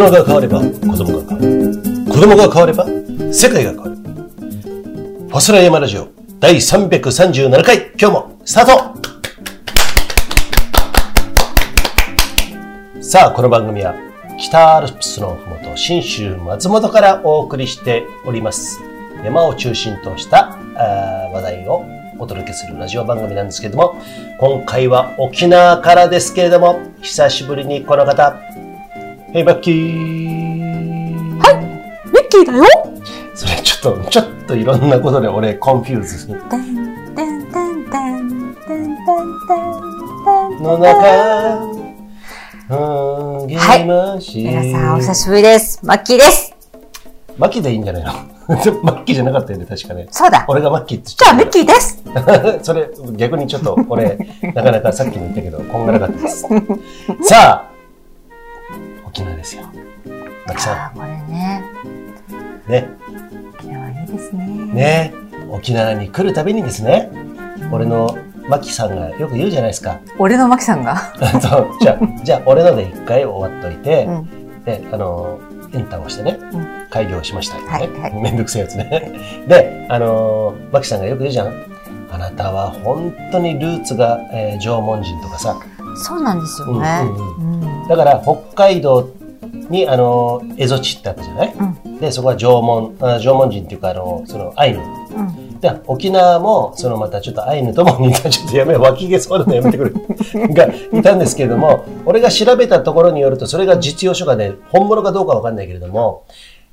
人が変われば子供が変わる。子供が変われば世界が変わる。ファスラヤマラジオ第337回、今日もスタート。さあ、この番組は北アルプスのふもと信州松本からお送りしております。山を中心とした話題をお届けするラジオ番組なんですけれども、今回は沖縄からですけれども、久しぶりにこの方、ヘイバッキー。 はい、ミッキーだよ。 それちょっといろんなことで俺コンフューズする。の中はい、皆さんお久しぶりです。マッキーです。 マッキーでいいんじゃないの？マッキーじゃなかったよね、確かね。 そうだ。 俺がマッキーってじゃあミッキーです。 それ逆にちょっと俺なかなかさっきも言ったけどこんがらかったです。さあ、沖縄ですよ。マッキーさん。 これね。 ね。 沖縄いいですね。 ね。沖縄に来るたびにですね、俺のマキさんがよく言うじゃないですか。 俺のマキさんがそうじゃあ俺ので一回終わっといて、でエンターをしてね、開業しましたよね、めんどくせえやつね。でマキさんがよく言うじゃん。あなたは本当にルーツが、縄文人とかさ。 そうなんですよね。 だから北海道に蝦夷地ってあったじゃない、でそこは縄文人っていうかそのアイヌ、で沖縄もそのまたちょっとアイヌとも似た、ちょっとやめ脇毛触るのやめてくれがいたんですけれども、俺が調べたところによるとそれが実用書がね、本物かどうかわかんないけれども、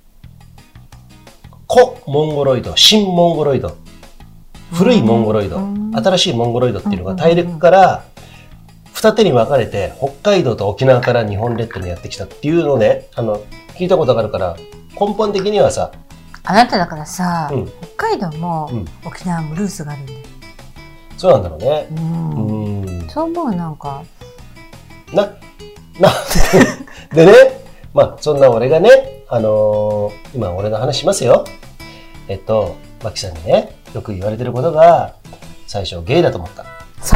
古モンゴロイド、新モンゴロイド、古いモンゴロイド、新しいモンゴロイドっていうのが大陸から二手に分かれて北海道と沖縄から日本列島にやってきたっていうのをね、聞いたことがあるから、根本的にはさ、 あなただからさ、北海道も沖縄もルーツがあるんだよ。 そうなんだろうね。 そう思う。なんかでね、まあそんな俺がね、今俺の話しますよ。マキさんにね、よく言われてることが、最初ゲイだと思った。 そう。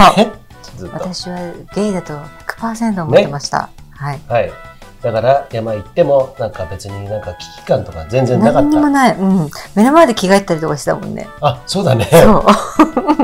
私はゲイだと 100% 思ってました。はい。 はい。だから山行ってもなんか別になんか危機感とか全然なかった。 何にもない。目の前で着替えたりとかしたもんね。 あ、そうだね。 そう。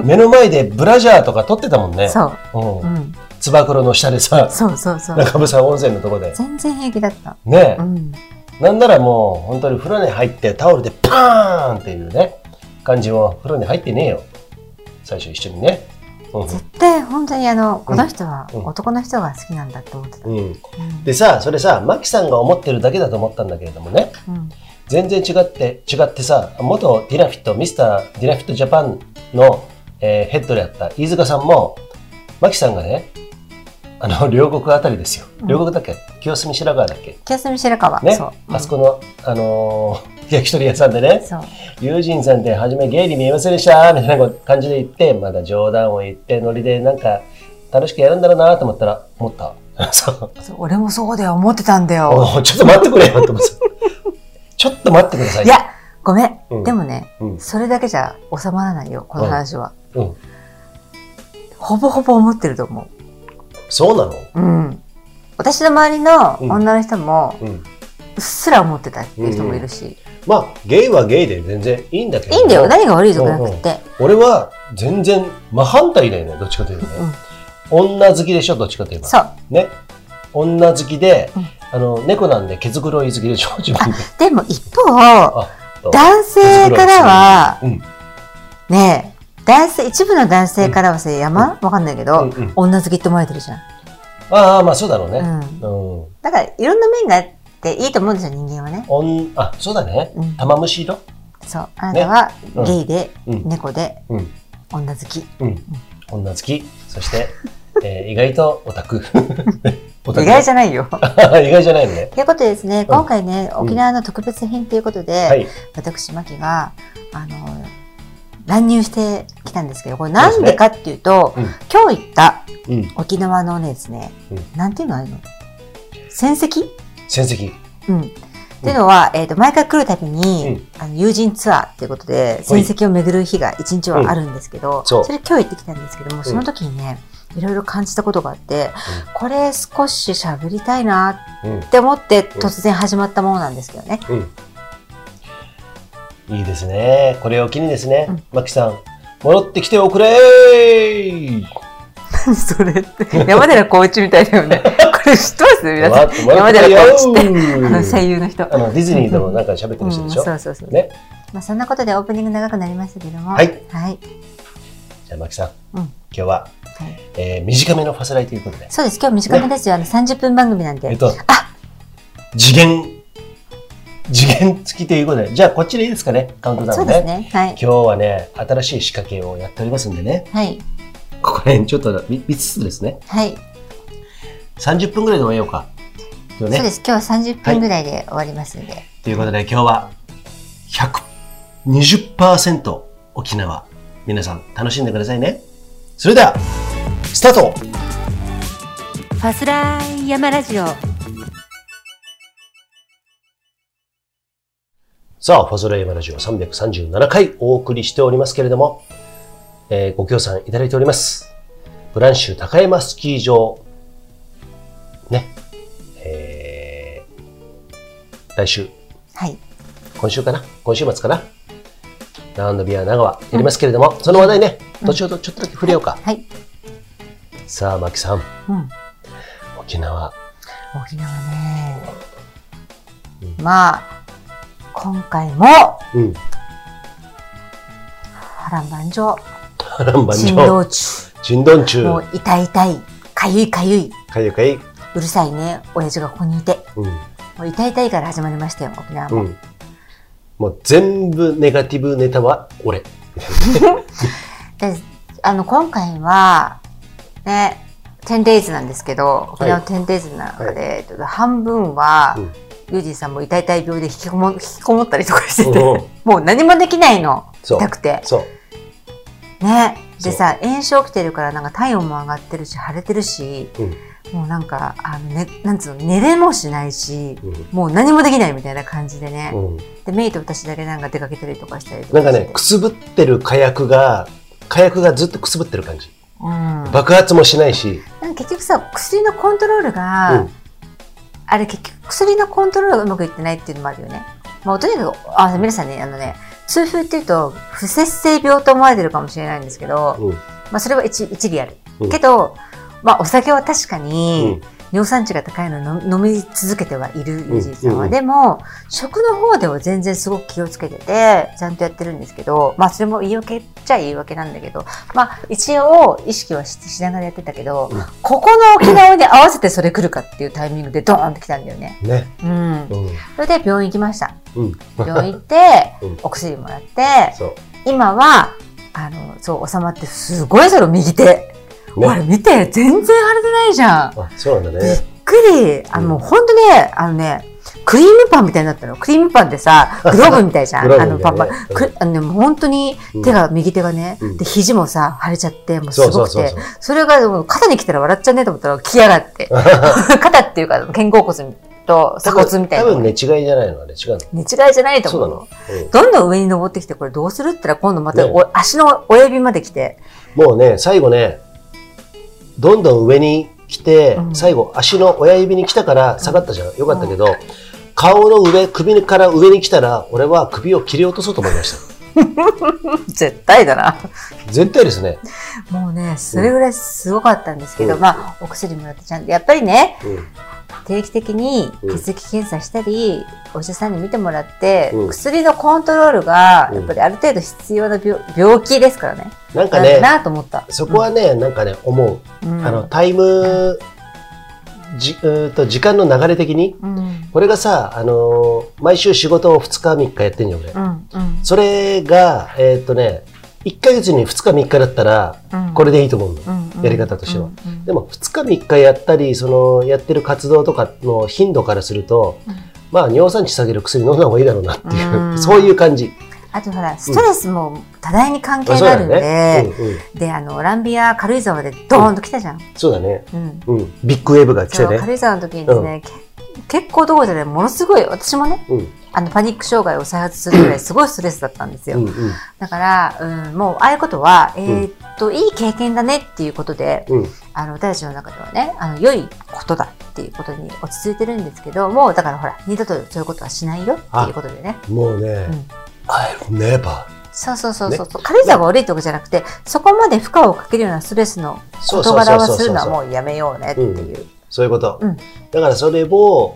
目の前でブラジャーとか撮ってたもんね。 そう。 つば九郎の下でさ。 そう。 中部温泉のとこで。 全然平気だった。 ねえ。なんならもう本当に風呂に入ってタオルでパーンっていうね感じも、風呂に入ってねえよ。最初一緒にね。 絶対本当にこの人は男の人が好きなんだって思ってた。 でさ、それさ、マキさんが思ってるだけだと思ったんだけれどもね、全然違ってさ、元ディナフィット、ミスターディナフィットジャパンの、ヘッドであった飯塚さんも、マキさんがね、両国あたりですよ。両国だっけ、清澄白河だっけ。 清澄白河ね、あそこの焼き鳥屋さんでね、友人さんって初めゲイに見えませんでしたみたいな感じで言って、まだ冗談を言ってノリでなんか楽しくやるんだろうなと思った。 俺もそうだよ、思ってたんだよ。 ちょっと待ってくれよと思って。ちょっと待ってください。 いや、ごめん。でもね、それだけじゃ収まらないよ、この話は。ほぼほぼ思ってると思う。 そうなの？ 私の周りの女の人もうっすら思ってたっていう人もいるし。 まあゲイはゲイで全然いいんだけど。 いいんだよ、何が悪いとかなくて。 俺は全然真反対だよね、どっちかというとね。女好きでしょ、どっちかといえば。そう。ね。女好きで、猫なんで毛づくろい好きでしょ、自分で。 でも一方、男性からは、ねえ、一部の男性からはさ、わかんないけど、女好きって思われてるじゃん。 ああ、まあそうだろうね。 だからいろんな面があっていいと思うんですよ、人間はね。 そうだね。玉虫色。 そう。あなたはゲイで、猫で、女好き。 女好き。そして、意外とオタク。 意外じゃないよ。 意外じゃないのね。 ということでですね、今回ね、沖縄の特別編ということで、私、マキが、乱入してきたんですけど、これなんでかっていうと、今日行った沖縄のですね、なんていうのあるの？戦績？ 戦績。 っていうのは、毎回来るたびに、友人ツアーっていうことで、戦績を巡る日が一日はあるんですけど、それ今日行ってきたんですけども、その時にね、 いろいろ感じたことがあって、これ少し喋りたいなって思って突然始まったものなんですけどね。 いいですね。これを機にですね、マキさん、戻ってきておくれー。 何それって。山寺宏一みたいだよね。これ知ってます皆さん。山寺宏一って。声優の人。 ディズニーでもなんか喋ってる人でしょ。 そうそうそう。ね。まあそんなことでオープニング長くなりましたけども。 はい。はい。じゃあ、マキさん。今日は、短めのファスライということで。 そうです。今日短めですよ。30分番組なんで。 次元付きということで。じゃあ、こっちでいいですかね。カウントダウンね。そうですね。はい。今日はね、新しい仕掛けをやっておりますんでね。はい。ここら辺ちょっと見つつですね。はい。30分ぐらいで終えようか。 今日ね。そうです。今日は30分ぐらいで終わりますので。 ということで、今日は120% 沖縄。皆さん楽しんでくださいね。それではスタート。 ファスライ山ラジオ。 さあ、ファスライ山ラジオ337回お送りしておりますけれども、ご協賛いただいております。ブランシュ高山スキー場ね、来週、はい、今週末かな。ラウンドビア長はやりますけれども、その話題ね、後ほどちょっとだけ触れようか。はい。さあ、マキさん。沖縄ね。まあ、今回も、波乱万丈。 珍道中。 もう痛い、かゆい。うるさいね、親父がここにいて。もう痛いから始まりましたよ、沖縄も。 もう全部ネガティブネタは俺。 で、今回は、ね、10days なんですけど、沖縄の 10days の中で、半分は、ユージーさんも痛い病で引きこもったりとかしてて、もう何もできないの。痛くて。ね。でさ、炎症起きてるからなんか体温も上がってるし、腫れてるし、もうなんか、なんつうの、寝れもしないし、もう何もできないみたいな感じでね。で、メイと私だけなんか出かけたりとかしたりとか。 なんかね、くすぶってる火薬がずっとくすぶってる感じ。爆発もしないし。 結局さ、薬のコントロールが、あれ結局薬のコントロールがうまくいってないっていうのもあるよね。まあ、とにかく、皆さんね、痛風っていうと、不節制病と思われてるかもしれないんですけど、まあ、それは一理ある。けど、まあ、お酒は確かに、尿酸値が高いのを飲み続けてはいるユージーさんは。でも、食の方では全然すごく気をつけてて、ちゃんとやってるんですけど、まあ、それも言い訳っちゃ言い訳なんだけど、まあ、一応意識はしながらやってたけど、ここの沖縄に合わせてそれ来るかっていうタイミングでドーンって来たんだよね。それで病院行きました。病院行って、お薬もらって、今は、収まって、すごいそれ右手。あれ見て、全然腫れてないじゃん。 そうなんだね。 びっくり。もうほんとね、クリームパンみたいになったの。クリームパンってさ、グローブみたいじゃん。パン。本当に右手がね、で、肘もさ、腫れちゃって、もうすごくて。それが肩に来たら笑っちゃうねと思ったら来やがって。肩っていうか、肩甲骨と鎖骨みたいな。 多分寝違いじゃないのあれ違うの寝違いじゃないと思う。どんどん上に登ってきて、これどうするって言ったら今度また足の親指まで来て。 もうね、最後ね、どんどん上に来て、最後足の親指に来たから下がったじゃん。よかったけど、顔の上、首から上に来たら、俺は首を切り落とそうと思いました。 絶対だな。 絶対ですね。 もうね、それぐらいすごかったんですけど、まあ、お薬もらってちゃんと、やっぱりね、定期的に血液検査したり、お医者さんに見てもらって、薬のコントロールが、やっぱりある程度必要な病気ですからね。 なんかね、 なと思った。 そこはね、なんかね、思う。タイム、時間の流れ的に、これがさ、毎週仕事を2日3日やってんじゃん、俺。それが、1ヶ月に2日3日だったら、これでいいと思うの。やり方としては。でも、2日3日やったり、やってる活動とかの頻度からすると、まあ、尿酸値下げる薬飲んだ方がいいだろうなっていう、そういう感じ。 あとほら、ストレスも多大に関係があるんで、で、ランビア軽井沢でドーンと来たじゃん。 そうだね。ビッグウェーブが来てね。 軽井沢の時にですね、 結構どころじゃない、ものすごい、私もね、パニック障害を再発するぐらいすごいストレスだったんですよ。だから、もう、ああいうことは、いい経験だねっていうことで、私たちの中ではね、良いことだっていうことに落ち着いてるんですけど、もう、だからほら、二度とそういうことはしないよっていうことでね。 もうね、I'll never。 そう。軽井沢が悪いとこじゃなくて、そこまで負荷をかけるようなストレスの事柄はするのはもうやめようねっていう。 そういうこと。だからそれを、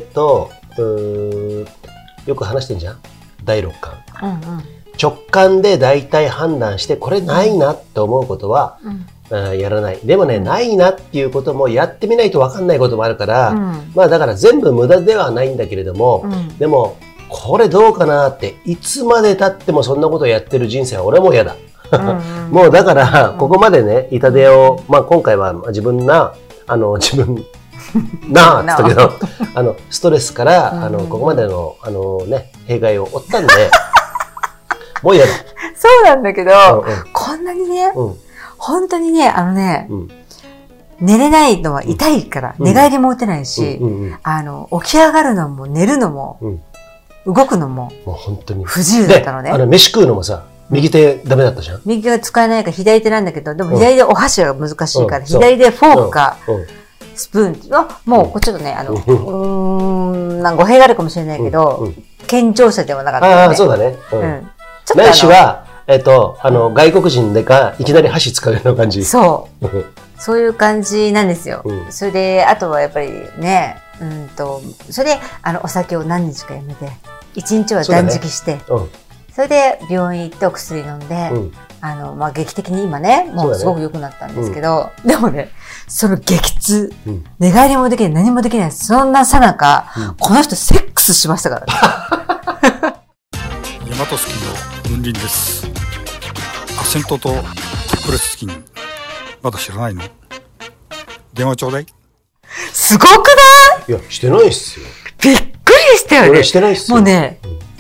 よく話してんじゃん、第六感。直感で大体判断して、これないなって思うことは、やらない。でもね、ないなっていうこともやってみないと分かんないこともあるから、まあだから全部無駄ではないんだけれども、でも、これどうかなって、いつまで経ってもそんなことをやってる人生は俺も嫌だ。もうだから、ここまでね、痛手を、まあ今回は自分なって言ったけど、ストレスから、ここまでの、ね、弊害を負ったんで、もう嫌だ。 そうなんだけど、こんなにね、本当にね、寝れないのは痛いから、寝返りも打てないし、起き上がるのも寝るのも、動くのも、 もう本当に不自由だったのね。 飯食うのもさ、右手ダメだったじゃん。 右手が使えないから左手なんだけど、でも左でお箸が難しいから、左でフォークか、スプーンは、もうちょっとね、語弊があるかもしれないけど、健常者ではなかったので。 ああ、そうだね。ないしは、外国人でか、いきなり箸使うような感じ。 そう。そういう感じなんですよ。それで、あとはやっぱりね、それで、お酒を何日かやめて、1日は断食して、それで病院行ってお薬飲んで、劇的に今ね、もうすごく良くなったんですけど、でもね、その激痛、寝返りもできない、何もできない、そんなさなか、この人セックスしましたからね。 大和スキーの文林です。アセントとプレススキン、まだ知らないの？電話ちょうだい。 すごくない？ いや、してないっすよ。 びっくりしたよね。 俺してないっすよ。 もうね、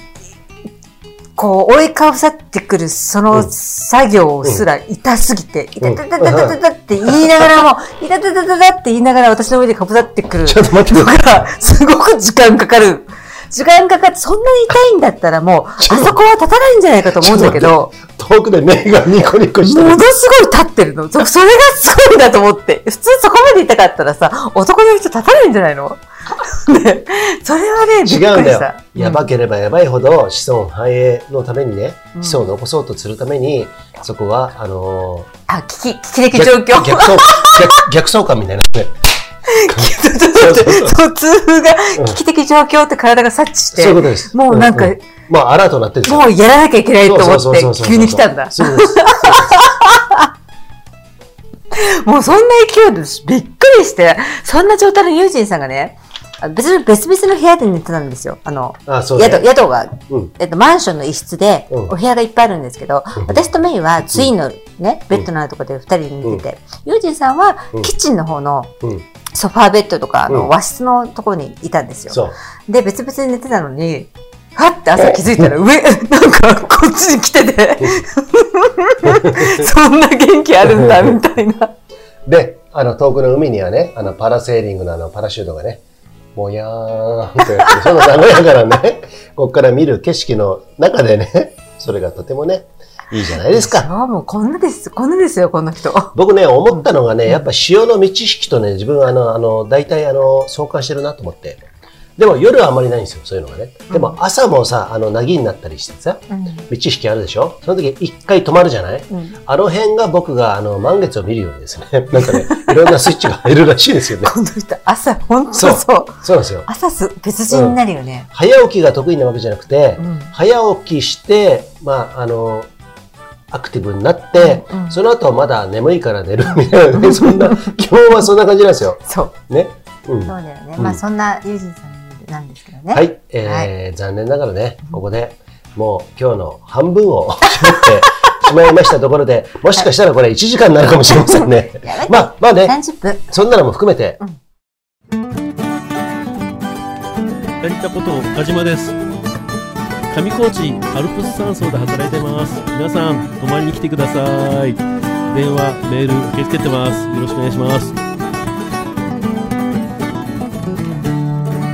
こう、覆いかぶさってくるその作業すら痛すぎて、痛たたたたたって言いながらも、痛たたたたって言いながら私の上でかぶさってくる。 ちょっと待って。 だから、すごく時間かかる。時間かかって、そんなに痛いんだったらもう、あそこは立たないんじゃないかと思うんだけど。 遠くで目がニコニコしてる。 ものすごい立ってるの。それがすごいなと思って。普通そこまで痛かったらさ、男の人立たないんじゃないの？ね、それはね、びっくりした。違うんだよ。 やばければやばいほど子孫繁栄のためにね、子孫を残そうとするために、そこは、 危機的状況。 逆相関みたいなね。 痛風が危機的状況って体が察知して、 そういうことです。 もうなんか、 まあアラートになってるんですよ。 もうやらなきゃいけないと思って急に来たんだ。 そうです。 もうそんな勢いでびっくりして、そんな状態のユージンさんがね、別々の部屋で寝てたんですよ。宿が、マンションの一室で、お部屋がいっぱいあるんですけど、私とメイはツインのね、ベッドのあるところで二人で寝てて、ユージンさんはキッチンの方のソファーベッドとか和室のところにいたんですよ。で、別々に寝てたのに、はって朝気づいたらなんかこっちに来てて、そんな元気あるんだ、みたいな。 で、遠くの海にはね、パラセーリングのパラシュートがね、もやーんって、その和やかなね、こっから見る景色の中でね、それがとてもね、いいじゃないですか。 そう、もうこんなですよ、この人。 僕ね、思ったのがね、やっぱ潮の満ち引きとね、自分は大体相関してるなと思って。でも夜はあんまりないんですよ、そういうのがね。でも朝もさ、なぎになったりしてさ、満ち引きあるでしょ？その時一回止まるじゃない？あの辺が僕が満月を見るようにですね、なんかね、いろんなスイッチが入るらしいですよね。 この人、朝、本当そうなんですよ。 朝別人になるよね。 早起きが得意なわけじゃなくて、早起きして、アクティブになって、その後まだ眠いから寝るみたいなね、そんな、基本はそんな感じなんですよ。 そう。 ね。 そうだよね。まあそんなユージンさんなんですけどね。 はい。残念ながらね、ここでもう今日の半分を絞ってしまいましたところで、もしかしたらこれ1時間になるかもしれませんね。まあね、 30分。 そんなのも含めて。 やりたこと岡島です。上高地アルプス山荘で働いてます。皆さん泊まりに来てください。電話、メール受け付けてます。よろしくお願いします。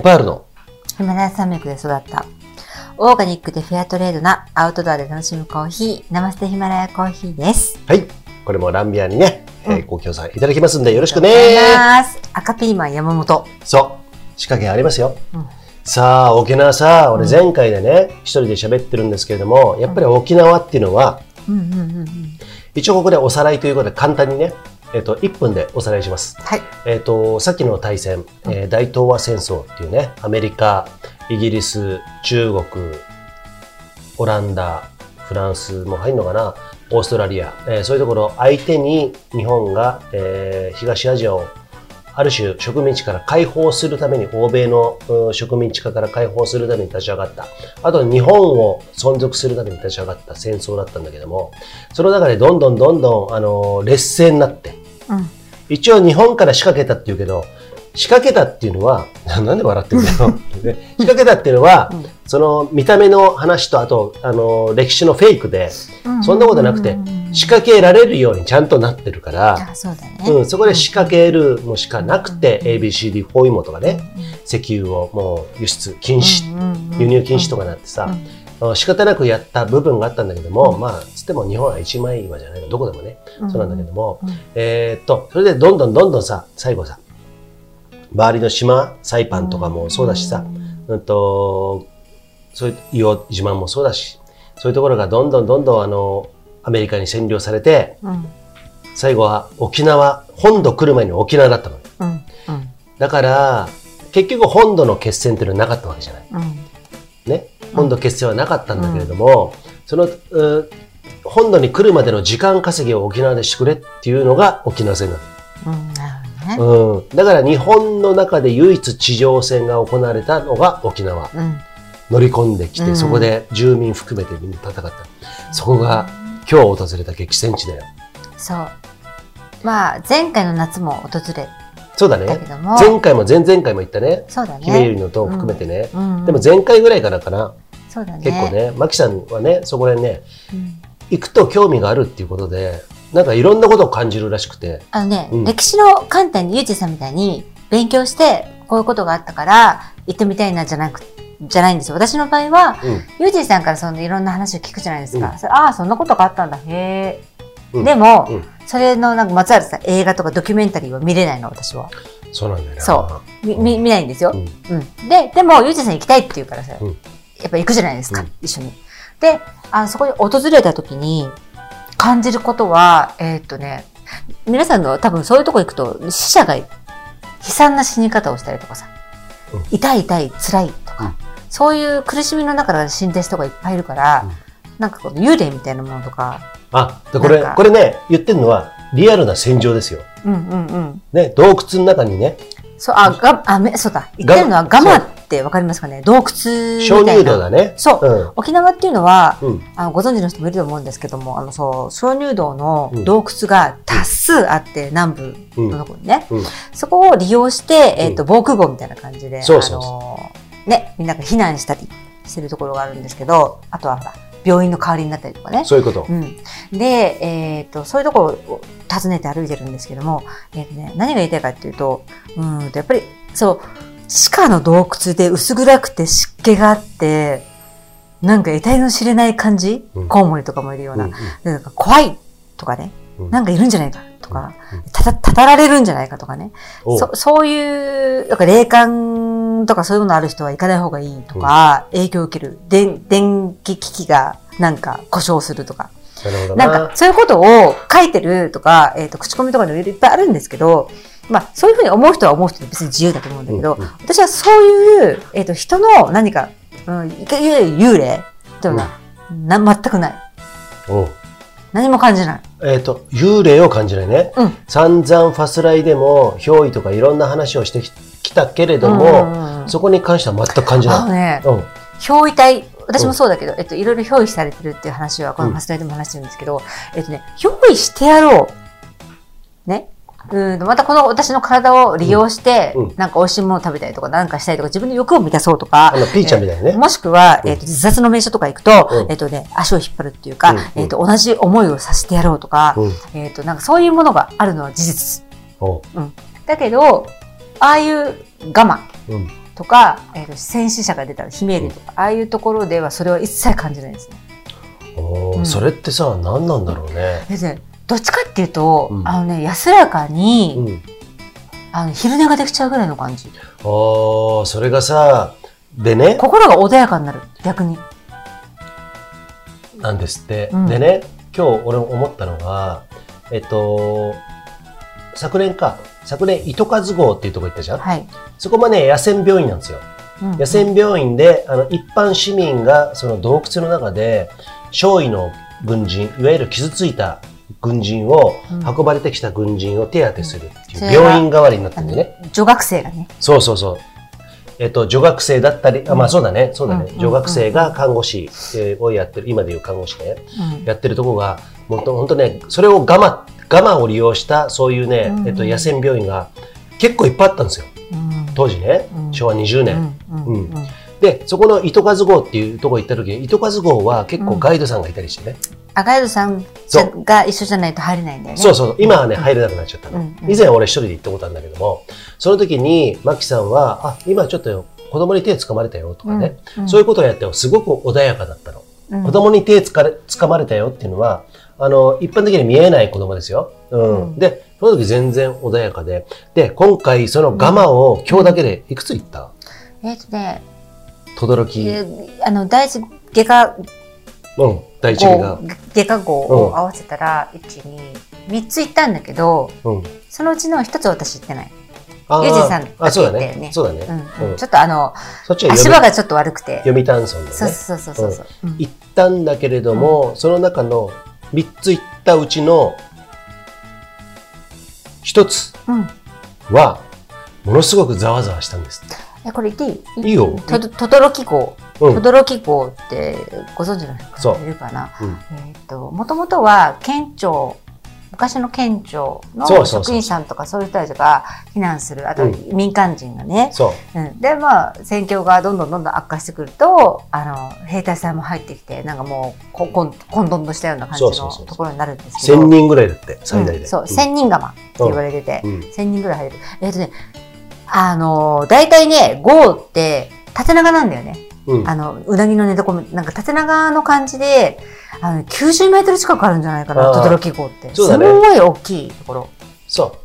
ぱいあるの。 ヒマラヤ山脈で育った。オーガニックでフェアトレードなアウトドアで楽しむコーヒー、ナマステヒマラヤコーヒーです。 はい。これもランビアにね、ご協賛いただきますんでよろしくね。 赤ピーマン山本。 そう。仕掛けありますよ。さあ、沖縄さ、俺前回でね、一人で喋ってるんですけれども、やっぱり沖縄っていうのは、一応ここでおさらいということで簡単にね、1分でおさらいします。 はい。 さっきの大戦、大東亜戦争っていうね、アメリカ、イギリス、中国、オランダ、フランスも入るのかな、オーストラリア、そういうところ相手に日本が、東アジアをある種植民地から解放するために、欧米の植民地化から解放するために立ち上がった。あと日本を存続するために立ち上がった戦争だったんだけども、その中でどんどん劣勢になって、一応日本から仕掛けたっていうけど、仕掛けたっていうのは、なんで笑ってるんだろう仕掛けたっていうのは、その見た目の話と、あと、歴史のフェイクで、そんなことなくて、仕掛けられるようにちゃんとなってるから、そこで仕掛けるのしかなくて、ABCD 包囲網とかね、石油をもう輸出禁止、輸入禁止とかなってさ、仕方なくやった部分があったんだけども、まあ、つっても日本は一枚岩じゃないの、どこでもね、そうなんだけども、それでどんどんさ、最後さ、周りの島、サイパンとかもそうだしさ、そういう硫黄島もそうだし、そういうところがどんどんアメリカに占領されて、最後は沖縄、本土来る前に沖縄だったの。だから、結局本土の決戦っていうのはなかったわけじゃない。ね。本土決戦はなかったんだけれども、その、本土に来るまでの時間稼ぎを沖縄でしてくれっていうのが沖縄戦なの。だから日本の中で唯一地上戦が行われたのが沖縄。乗り込んできて、そこで住民含めてみんな戦った。そこが今日訪れた激戦地だよ。 そう。まあ、前回の夏も訪れそうだね。前回も前々回も行ったね。 そうだね。 姫百合の塔を含めてね。でも前回ぐらいからかな。 そうだね。 結構ね、マキさんはね、そこら辺ね、行くと興味があるっていうことで、なんかいろんなことを感じるらしくて。 歴史の観点でゆうじさんみたいに勉強して、こういうことがあったから行ってみたいなじゃないんですよ。私の場合は、ゆうじさんからそのいろんな話を聞くじゃないですか。ああ、そんなことがあったんだ。へえ。でも、それのなんかまつわるさ、映画とかドキュメンタリーは見れないの、私は。 そうなんだよね。 そう。見ないんですよ。でも、ゆうじさん行きたいって言うからさ、やっぱ行くじゃないですか、一緒に。で、そこに訪れた時に感じることは、皆さんの多分そういうとこ行くと、死者が悲惨な死に方をしたりとかさ、痛い、辛いとか、そういう苦しみの中から死んだ人がいっぱいいるから、なんかこの幽霊みたいなものとか。 これね、言ってるのはリアルな戦場ですよ。ね、洞窟の中にね。 そう、そうだ。言ってるのはガマってわかりますかね？洞窟みたいな。 鍾乳洞だね。 そう。沖縄っていうのは、ご存知の人もいると思うんですけども、鍾乳洞の洞窟が多数あって、南部のところにね。そこを利用して、防空壕みたいな感じで、ね、みんなが避難したりしてるところがあるんですけど、あとは病院の代わりになったりとかね。 そういうこと。 で、そういうところを訪ねて歩いてるんですけども、何が言いたいかっていうと、やっぱり、そう、地下の洞窟で薄暗くて湿気があって、なんか得体の知れない感じ、コウモリとかもいるような、なんか怖いとかね、なんかいるんじゃないかとか、たたられるんじゃないかとかね、そういう、なんか霊感とかそういうのある人は行かない方がいいとか、影響を受ける、電気機器がなんか故障するとか、なんかそういうことを書いてるとか、口コミとかでいっぱいあるんですけど、まあそういうふうに思う人は思う人で別に自由だと思うんだけど、私はそういう、人の何か、幽霊っていうのは、全くない。何も感じない。 幽霊を感じないね。散々ファスライでも、憑依とかいろんな話をしてきたけれども、そこに関しては全く感じない。 憑依体、私もそうだけど、いろいろ憑依されてるっていう話は、このファスライでも話してるんですけど、憑依してやろう。ね。またこの私の体を利用して、なんか美味しいものを食べたりとか、なんかしたりとか、自分の欲を満たそうとか、 ピーちゃんみたいなね。 もしくは、自殺の名所とか行くと、足を引っ張るっていうか、同じ思いをさせてやろうとか、なんかそういうものがあるのは事実。だけど、ああいう我慢とか、戦死者が出たら悲鳴とか、ああいうところではそれは一切感じないですね。 それってさ、何なんだろうね。 どっちかっていうと、安らかに、昼寝ができちゃうぐらいの感じ。 それがさ、でね。 心が穏やかになる、逆に。 なんですって。でね、今日俺思ったのが、昨年、糸数号っていうとこ行ったじゃん。はい。そこもね、野戦病院なんですよ。野戦病院で、一般市民がその洞窟の中で、少尉の軍人、いわゆる傷ついた軍人を、運ばれてきた軍人を手当てするっていう、病院代わりになってるんでね。 女学生がね。 そう。女学生だったり、まあそうだね。女学生が看護師をやってる、今でいう看護師ね、やってるとこが、本当ね、それをガマを利用した、そういうね、野戦病院が結構いっぱいあったんですよ。当時ね、昭和20年。で、そこの糸数号っていうとこ行った時に、糸数号は結構ガイドさんがいたりしてね。 ガイドさんが一緒じゃないと入れないんだよね。 そう。今はね、入れなくなっちゃったの。以前俺一人で行ったことあるんだけども、その時に、マキさんは、今ちょっと子供に手掴まれたよとかね、そういうことをやってすごく穏やかだったの。子供に手掴まれたよっていうのは、一般的に見えない子供ですよ。で、その時全然穏やかで。で、今回そのガマを今日だけでいくつ行った？轟。 第一外科。 第一外科号を合わせたら、1、2、3つ行ったんだけど、そのうちの1つ私行ってない。ユージさんだけ行ったよね。 そうだね。 ちょっと足場がちょっと悪くて。 読谷村でね。 そう。 行ったんだけれども、その中の3つ行ったうちの1つは、ものすごくざわざわしたんですって。 これ言っていい？ いいよ。 轟号。轟号ってご存知の方いるかな？もともとは昔の県庁の職員さんとかそういう人たちが避難する、あと民間人がね。で、戦況がどんどん悪化してくると、兵隊さんも入ってきて、なんかもう、混沌としたような感じのところになるんですけど。 1000人ぐらいだって、最大で。 そう、1000人釜って言われてて、1000人ぐらい入る。大体ね、号って縦長なんだよね。うなぎの寝床、なんか縦長の感じで、90メートル近くあるんじゃないかな、轟号って。すごい大きいところ。 そう、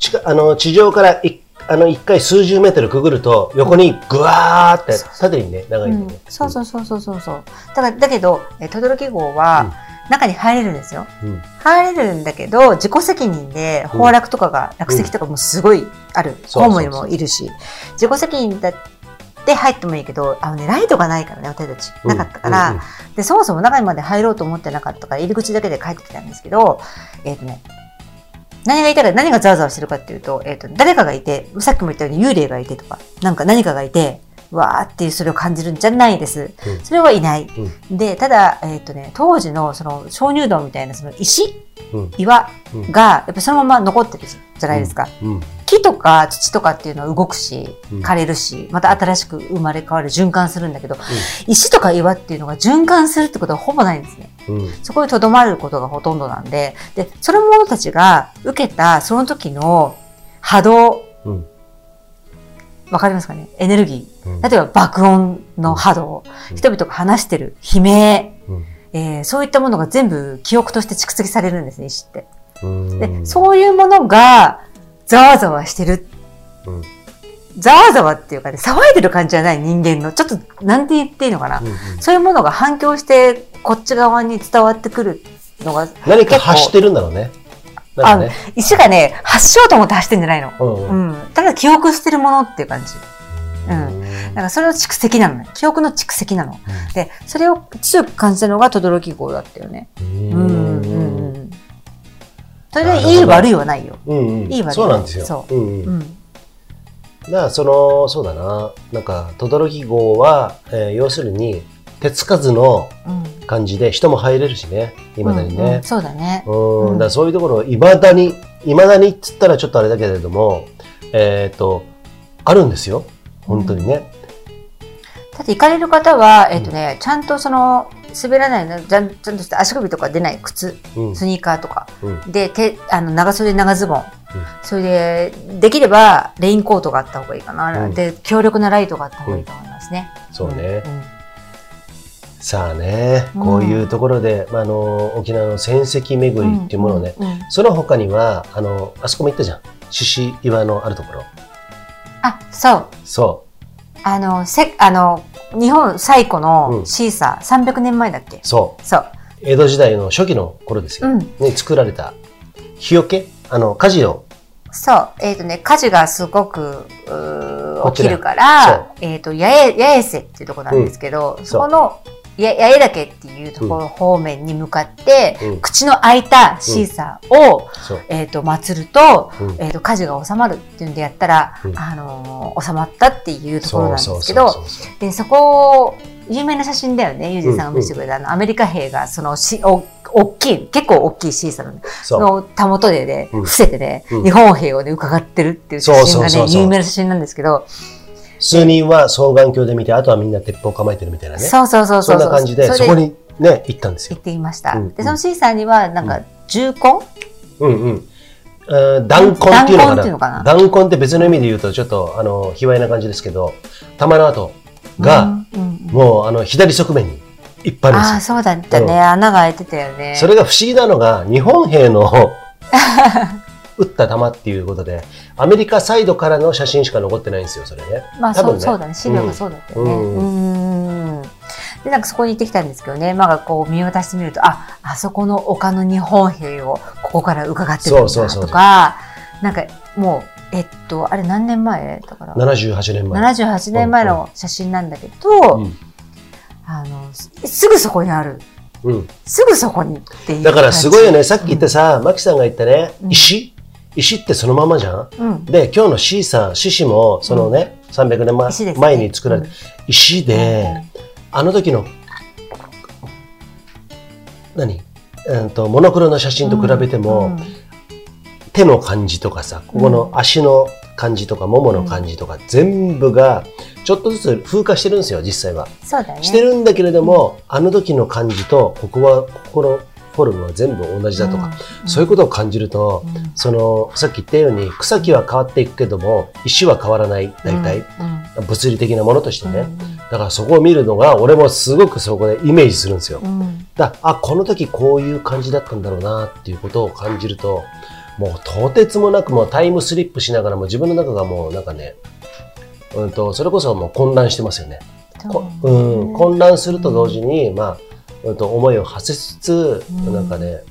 地上から一回数十メートルくぐると、横にぐわーって縦にね、長いんだよね。 そう。だけど、轟号は、中に入れるんですよ。入れるんだけど、自己責任で崩落とかが、落石とかもすごいある。公務員もいるし。自己責任だって入ってもいいけど、ライトがないからね、私たち。なかったから。で、そもそも中にまで入ろうと思ってなかったから、入り口だけで帰ってきたんですけど、何がざわざわしてるかっていうと、誰かがいて、さっきも言ったように幽霊がいてとか、何かがいて、わーっていうそれを感じるんじゃないです。それはいない。で、ただ、当時のその鍾乳洞みたいなその岩が、やっぱそのまま残ってるじゃないですか。木とか土とかっていうのは動くし、枯れるし、また新しく生まれ変わる、循環するんだけど、石とか岩っていうのが循環するってことはほぼないんですね。そこに留まることがほとんどなんで、で、その者たちが受けたその時の波動、わかりますかね？エネルギー。例えば爆音の波動、人々が話してる悲鳴、そういったものが全部記憶として蓄積されるんですね、石って。で、そういうものがざわざわしてる。ざわざわっていうかね、騒いでる感じじゃない人間の、ちょっとなんて言っていいのかな。そういうものが反響してこっち側に伝わってくるのが。 何か発してるんだろうね。 石がね、発しようと思って発してんじゃないの。ただ記憶してるものっていう感じ。だからそれの蓄積なのね。記憶の蓄積なの。で、それを強く感じたのが轟号だったよね。それでいい悪いはないよ。いい悪いはない。 そうなんですよ。そうだな。なんか、轟号は、要するに、手つかずの感じで人も入れるしね、未だにね。 そうだね。 だからそういうところ、未だにっつったらちょっとあれだけれども、あるんですよ。本当にね。 だって行かれる方は、ちゃんと滑らないの、ちゃんとした足首とか出ない靴、スニーカーとか、で、長袖長ズボンそれで、できればレインコートがあった方がいいかな。で、強力なライトがあった方がいいと思いますね。 そうね。さあね、こういうところで、沖縄の戦跡巡りっていうものをね、その他には、あそこも行ったじゃん。獅子岩のあるところ。 あ、そう。 そう。 日本最古のシーサー、300年前だっけ？ そう。 そう。 江戸時代の初期の頃ですよ。に作られた、日よけ火事を。そう。 火事がすごく、起きるから、八重瀬っていうところなんですけど、そこの、八重岳っていうところ方面に向かって、口の開いたシーサーを、祀ると、火事が収まるっていうんでやったら、収まったっていうところなんですけど、で、そこ、有名な写真だよね、ユージンさんが見せてくれた、アメリカ兵が、結構大きいシーサーのたもとでね、伏せてね、日本兵をね、伺ってるっていう写真がね、有名な写真なんですけど、 数人は双眼鏡で見て、あとはみんな鉄砲構えてるみたいなね。 そう。 そんな感じで、そこにね、行ったんですよ。 行っていました。で、そのシーサーには、なんか、銃痕弾痕っていうのかな。弾痕って別の意味で言うと、ちょっと、卑猥な感じですけど、弾の跡が、もう、左側面にいっぱいあるんですよ。 ああ、そうだったね。穴が開いてたよね。 それが不思議なのが、日本兵の撃った弾っていうことで、アメリカサイドからの写真しか残ってないんですよ、それね。 まあ、そうだね。資料がそうだったよね。で、なんかそこに行ってきたんですけどね、こう見渡してみると、あそこの丘の日本兵をここから伺ってるんだとか、なんかもう、あれ何年前だから。 78年前。 78年前の写真なんだけど、すぐそこにある。すぐそこにっていう。 だからすごいよね。さっき言ったさ、マキさんが言ったね、石ってそのままじゃん、で、今日の獅子も、そのね、300年前に作られた石で、あの時の、モノクロの写真と比べても、手の感じとかさ、ここの足の感じとか、ももの感じとか、全部が、ちょっとずつ風化してるんですよ、実際は。 そうだね。 してるんだけれども、あの時の感じと、ここのフォルムは全部同じだとか、そういうことを感じると、さっき言ったように、草木は変わっていくけども、石は変わらない、大体。物理的なものとしてね。だからそこを見るのが、俺もすごくそこでイメージするんですよ。この時こういう感じだったんだろうな、っていうことを感じると、もうとてつもなくもうタイムスリップしながらも自分の中がもうなんかね、それこそもう混乱してますよね。混乱すると同時に、思いを馳せつつ、なんかね、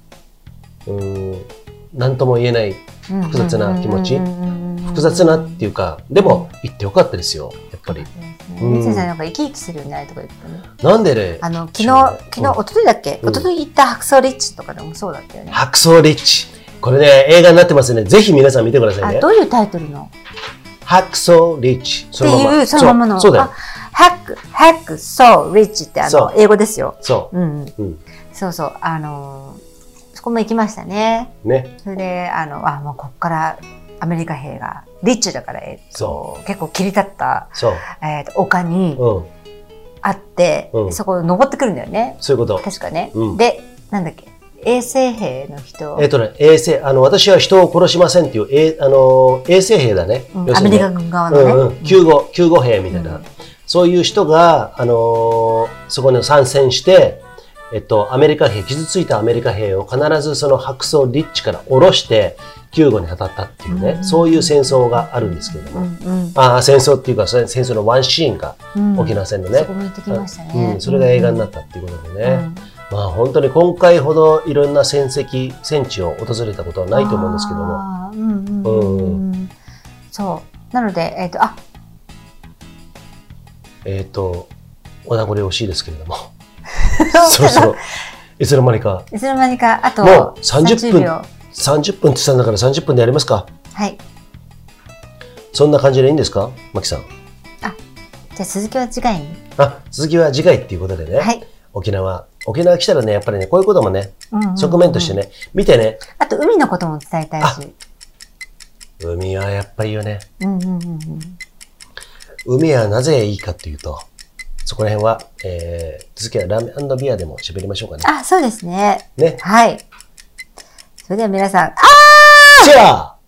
なんとも言えない複雑な気持ち。複雑なっていうか、でも行ってよかったですよ、やっぱり。 三井さんなんか生き生きするよね、とか言ってね。 なんでね。 昨日、一昨日だっけ？一昨日行った白草リッチとかでもそうだったよね。 白草リッチ。これね、映画になってますね。ぜひ皆さん見てくださいね。 どういうタイトルの？ 白草リッチ。 っていう、そのままの。 そうだよ。 白草リッチって英語ですよ。 そう。 そう。そこも行きましたね。 ね。 それで、もうこっからアメリカ兵が、リッチだから、結構切り立った、丘にあって、そこ登ってくるんだよね。 そういうこと。 確かね。で、なんだっけ、衛生兵の人。 衛生、私は人を殺しませんっていう、衛生兵だね。 アメリカ軍側のね。 救護兵みたいな。そういう人が、そこに参戦して、アメリカ兵、傷ついたアメリカ兵を必ずその白草リッチから下ろして、救護に当たったっていうね、そういう戦争があるんですけれども。戦争っていうか、戦争のワンシーンが、沖縄戦のね。 そこも行ってきましたね。 それが映画になったっていうことでね。本当に今回ほどいろんな戦地を訪れたことはないと思うんですけども。 そう。なので、 お名残惜しいですけれども。そろそろ、いつの間にか。 あと、 もう30分って言ったんだから30分でやりますか。 はい。 そんな感じでいいんですか、マキさん。 じゃあ続きは次回に。 続きは次回っていうことでね。はい。沖縄来たらね、やっぱりね、こういうこともね、側面としてね、見てね。 あと、海のことも伝えたいし。 海はやっぱりいいよね。海はなぜいいかっていうと、そこら辺は、続きはラーメン&ビアでも喋りましょうかね。 そうですね。 ね。 はい。それでは皆さん、 じゃあ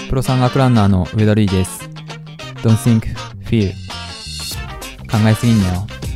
プロ山岳ランナーの上田瑠衣です。Don't think, feel. 考えすぎんなよ。